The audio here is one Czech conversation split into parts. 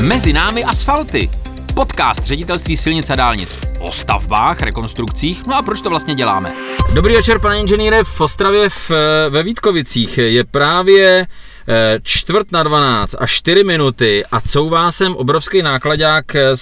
Mezi námi asfalty. Podcast Ředitelství silnic a dálnic o stavbách, rekonstrukcích. No a proč to vlastně děláme? Dobrý večer, pane inženýre. V Ostravě ve Vítkovicích je právě 11:45 a 4 minuty a couvá sem obrovský náklaďák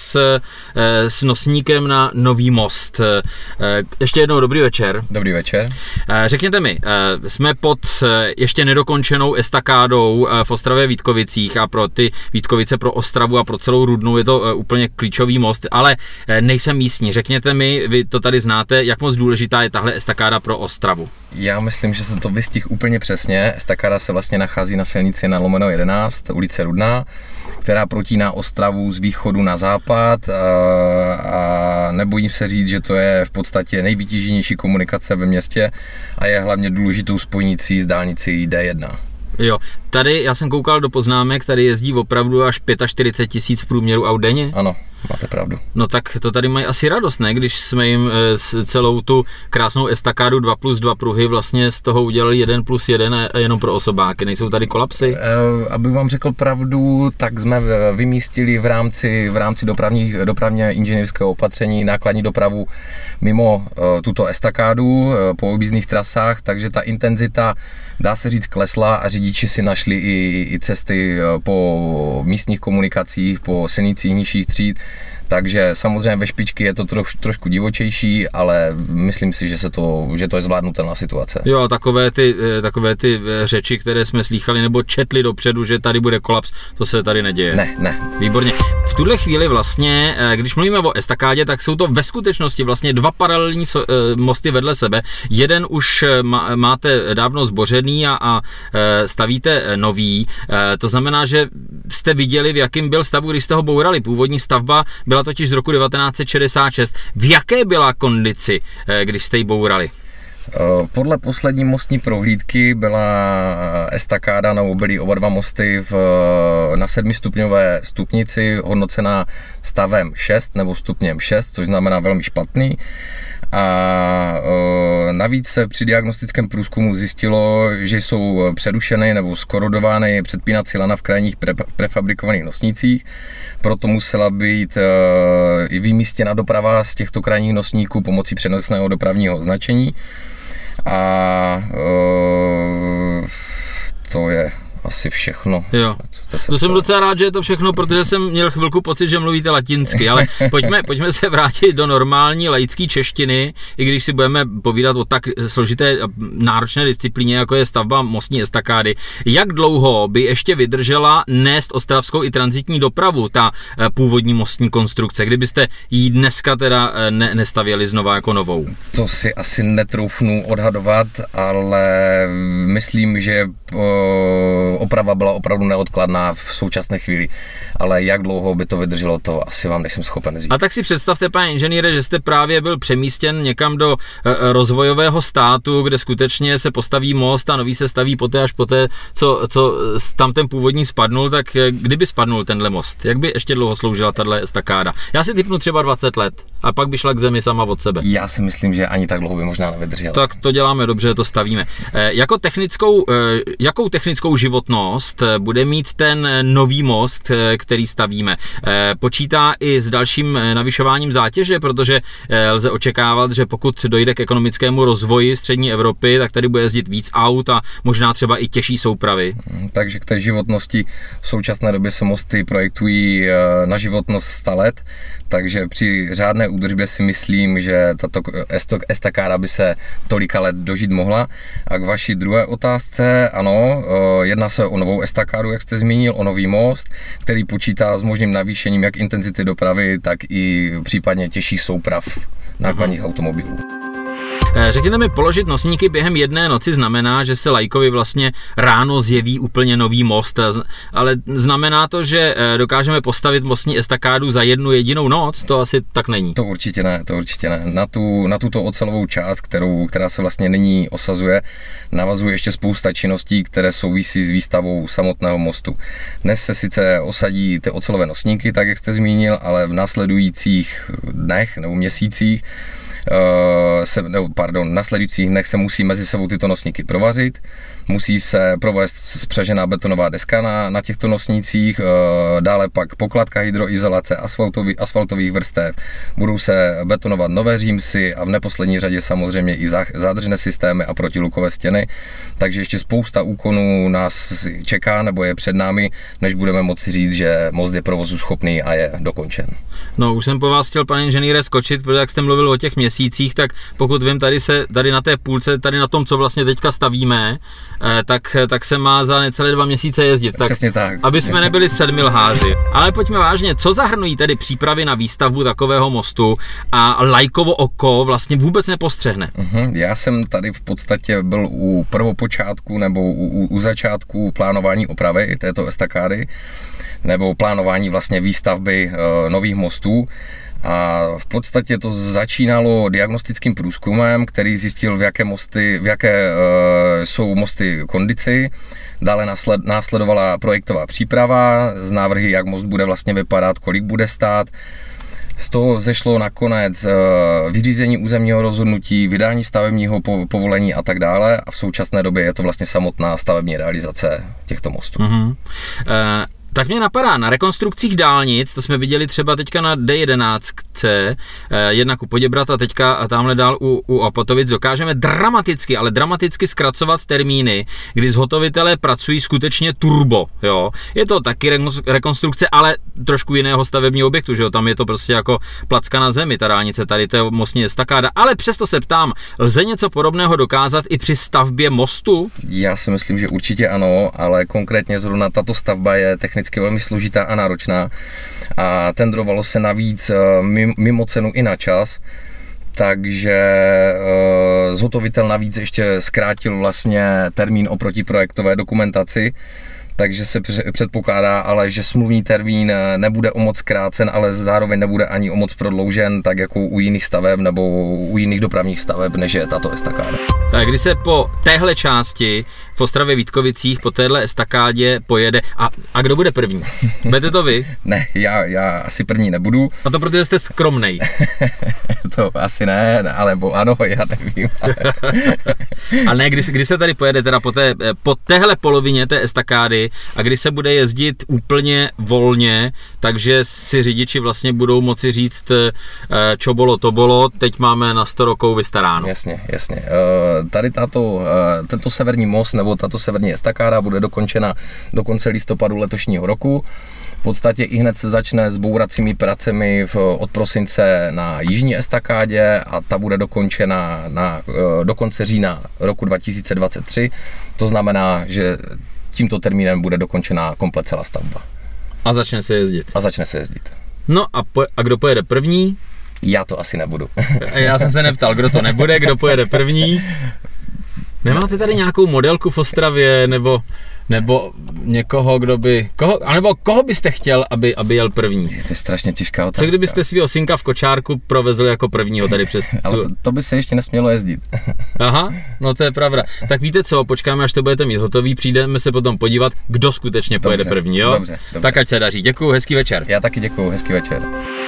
s nosníkem na Nový Most. Ještě jednou dobrý večer. Dobrý večer. Řekněte mi, jsme pod ještě nedokončenou estakádou v Ostravě Vítkovicích a pro ty Vítkovice, pro Ostravu a pro celou Rudnou je to úplně klíčový most, ale nejsem místní. Řekněte mi, vy to tady znáte, jak moc důležitá je tahle estakáda pro Ostravu? Já myslím, že se to vystihl úplně přesně. Estakáda se vlastně nachází na silnici na Lomeno 11, ulice Rudná, která protíná Ostravu z východu na západ a nebojím se říct, že to je v podstatě nejvytíženější komunikace ve městě a je hlavně důležitou spojnicí s dálnicí D1. Jo, tady já jsem koukal do poznámek, tady jezdí opravdu až 45 000 v průměru aut denně. Ano, máte pravdu. No tak to tady mají asi radost, ne? Když jsme jim celou tu krásnou estakádu 2+2 pruhy vlastně z toho udělali 1+1 jenom pro osobáky. Nejsou tady kolapsy? Abych vám řekl pravdu, tak jsme vymístili v rámci dopravně inženýrského opatření nákladní dopravu mimo tuto estakádu po objízdných trasách, takže ta intenzita, dá se říct, klesla a řidiči si našli i cesty po místních komunikacích, po silnicích nižších tříd. Takže samozřejmě ve špičky je to trošku divočejší, ale myslím si, že to je zvládnutelná situace. Jo, takové ty řeči, které jsme slýchali nebo četli dopředu, že tady bude kolaps, to se tady neděje. Ne. Výborně. V tuhle chvíli vlastně, když mluvíme o estakádě, tak jsou to ve skutečnosti vlastně dva paralelní mosty vedle sebe. Jeden už máte dávno zbořený a stavíte nový. To znamená, že jste viděli, v jakém byl stavu, když jste ho bourali. Původní stavba byla totiž z roku 1966. V jaké byla kondici, když jste ji bourali? Podle poslední mostní prohlídky byla estakáda na obilí oba dva mosty na 7stupňové stupnici hodnocená stavem 6 nebo stupněm 6, což znamená velmi špatný. A navíc se při diagnostickém průzkumu zjistilo, že jsou předušeny nebo skorodovány předpínací lana v krajních prefabrikovaných nosnících, proto musela být i vymístěna doprava z těchto krajních nosníků pomocí přenosného dopravního označení. A to je asi všechno. Jo. To jsem docela rád, že je to všechno, protože jsem měl chvilku pocit, že mluvíte latinsky, ale pojďme se vrátit do normální laické češtiny, i když si budeme povídat o tak složité náročné disciplíně, jako je stavba mostní estakády. Jak dlouho by ještě vydržela nést ostravskou i tranzitní dopravu, ta původní mostní konstrukce, kdybyste ji dneska teda nestavěli znova jako novou? To si asi netroufnu odhadovat, ale myslím, že oprava byla opravdu neodkladná v současné chvíli, ale jak dlouho by to vydrželo, to asi vám nejsem schopen říct. A tak si představte, pane inženýre, že jste právě byl přemístěn někam do rozvojového státu, kde skutečně se postaví most a nový se staví poté až poté, co tam ten původní spadnul, tak kdyby spadnul tenhle most, jak by ještě dlouho sloužila tahle estakáda? Já si tipnu třeba 20 let a pak by šla k zemi sama od sebe. Já si myslím, že ani tak dlouho by možná nevydržela. Tak to děláme dobře, to stavíme. Jakou technickou životnost bude mít ten nový most, který stavíme? Počítá i s dalším navyšováním zátěže, protože lze očekávat, že pokud dojde k ekonomickému rozvoji střední Evropy, tak tady bude jezdit víc aut a možná třeba i těžší soupravy. Takže k té životnosti v současné době se mosty projektují na životnost 100 let, takže při řádné údržbě si myslím, že tato estakáda by se tolika let dožít mohla. A k vaší druhé otázce, ano, jedná se o novou estakádu, jak jste zmínil, o nový most, který počítá s možným navýšením jak intenzity dopravy, tak i případně těžších souprav nákladních automobilů. Řekněte mi, položit nosníky během jedné noci znamená, že se laikovi vlastně ráno zjeví úplně nový most, ale znamená to, že dokážeme postavit mostní estakádu za jednu jedinou noc? To asi tak není. To určitě ne. Na tuto ocelovou část, která se vlastně nyní osazuje, navazuje ještě spousta činností, které souvisí s výstavou samotného mostu. Dnes se sice osadí ty ocelové nosníky, tak jak jste zmínil, ale v následujících dnech nebo měsících následujících dnech se musí mezi sebou tyto nosníky provařit. musí se provést spřažená betonová deska na těchto nosnících, dále pak pokladka hydroizolace asfaltových vrstev, budou se betonovat nové římsy a v neposlední řadě samozřejmě i zádržné systémy a protilukové stěny, takže ještě spousta úkonů nás čeká nebo je před námi, než budeme moci říct, že most je provozu schopný a je dokončen. No, už jsem po vás chtěl, pane inženýre, skočit, protože jak jste mluvil o těch měsících, tak pokud vím, tady na té půlce, tady na tom, co vlastně teďka stavíme, tak se má za necelé 2 měsíce jezdit. Přesně tak. Aby jsme nebyli sedmilháři. Ale pojďme vážně, co zahrnují tedy přípravy na výstavbu takového mostu a lajkovo oko vlastně vůbec nepostřehne? Já jsem tady v podstatě byl u prvopočátku nebo u začátku plánování opravy této estakády, nebo plánování vlastně výstavby nových mostů. A v podstatě to začínalo diagnostickým průzkumem, který zjistil, v jaké jsou mosty kondici. Dále následovala projektová příprava z návrhy, jak most bude vlastně vypadat, kolik bude stát. Z toho vzešlo nakonec vyřízení územního rozhodnutí, vydání stavebního povolení a tak dále. A v současné době je to vlastně samotná stavební realizace těchto mostů. Tak mě napadá, na rekonstrukcích dálnic, to jsme viděli třeba teďka na D11, jednak u Poděbrat a teďka a tamhle dál u Opatovic, dokážeme dramaticky zkracovat termíny, kdy zhotovitelé pracují skutečně turbo, jo. Je to taky rekonstrukce, ale trošku jiného stavebního objektu, že jo, tam je to prostě jako placka na zemi, ta dálnice, tady to je mostní estakáda, ale přesto se ptám, lze něco podobného dokázat i při stavbě mostu? Já si myslím, že určitě ano, ale konkrétně zrovna tato stavba je technicky velmi složitá a náročná a tendrovalo se navíc mimo cenu i na čas, takže zhotovitel navíc ještě zkrátil vlastně termín oproti projektové dokumentaci, takže se předpokládá ale, že smluvní termín nebude o moc zkrácen, ale zároveň nebude ani o moc prodloužen, tak jako u jiných staveb nebo u jiných dopravních staveb, než je tato estakáda. Tak když se po téhle části v Ostravě Vítkovicích, po téhle estakádě pojede, a kdo bude první? Budete to vy? Ne, já asi první nebudu. A to protože jste skromnej. To asi ne, ale ano, já nevím. Ale ne, kdy se tady pojede teda po téhle polovině té estakády a kdy se bude jezdit úplně volně, takže si řidiči vlastně budou moci říct, čo bolo, to bolo, teď máme na 100 rokov vystaráno. Jasně. Tady tento severní most nebo tato severní estakáda bude dokončena do konce listopadu letošního roku. V podstatě i hned se začne s bouracími pracemi od prosince na jižní estakádě a ta bude dokončena do konce října roku 2023. To znamená, že tímto termínem bude dokončena komplet celá stavba. A začne se jezdit. No a kdo pojede první? Já to asi nebudu. Já jsem se neptal, kdo to nebude, kdo pojede první. Nemáte tady nějakou modelku v Ostravě, nebo někoho, koho byste chtěl, aby jel první? Je to strašně těžká otázka. Co kdybyste svýho synka v kočárku provezli jako prvního tady přes... Ale to by se ještě nesmělo jezdit. Aha, no to je pravda. Tak víte co, počkáme, až to budete mít hotový, přijdeme se potom podívat, kdo skutečně pojede první, jo? Dobře. Tak ať se daří. Děkuju, hezký večer. Já taky děkuju, hezký večer.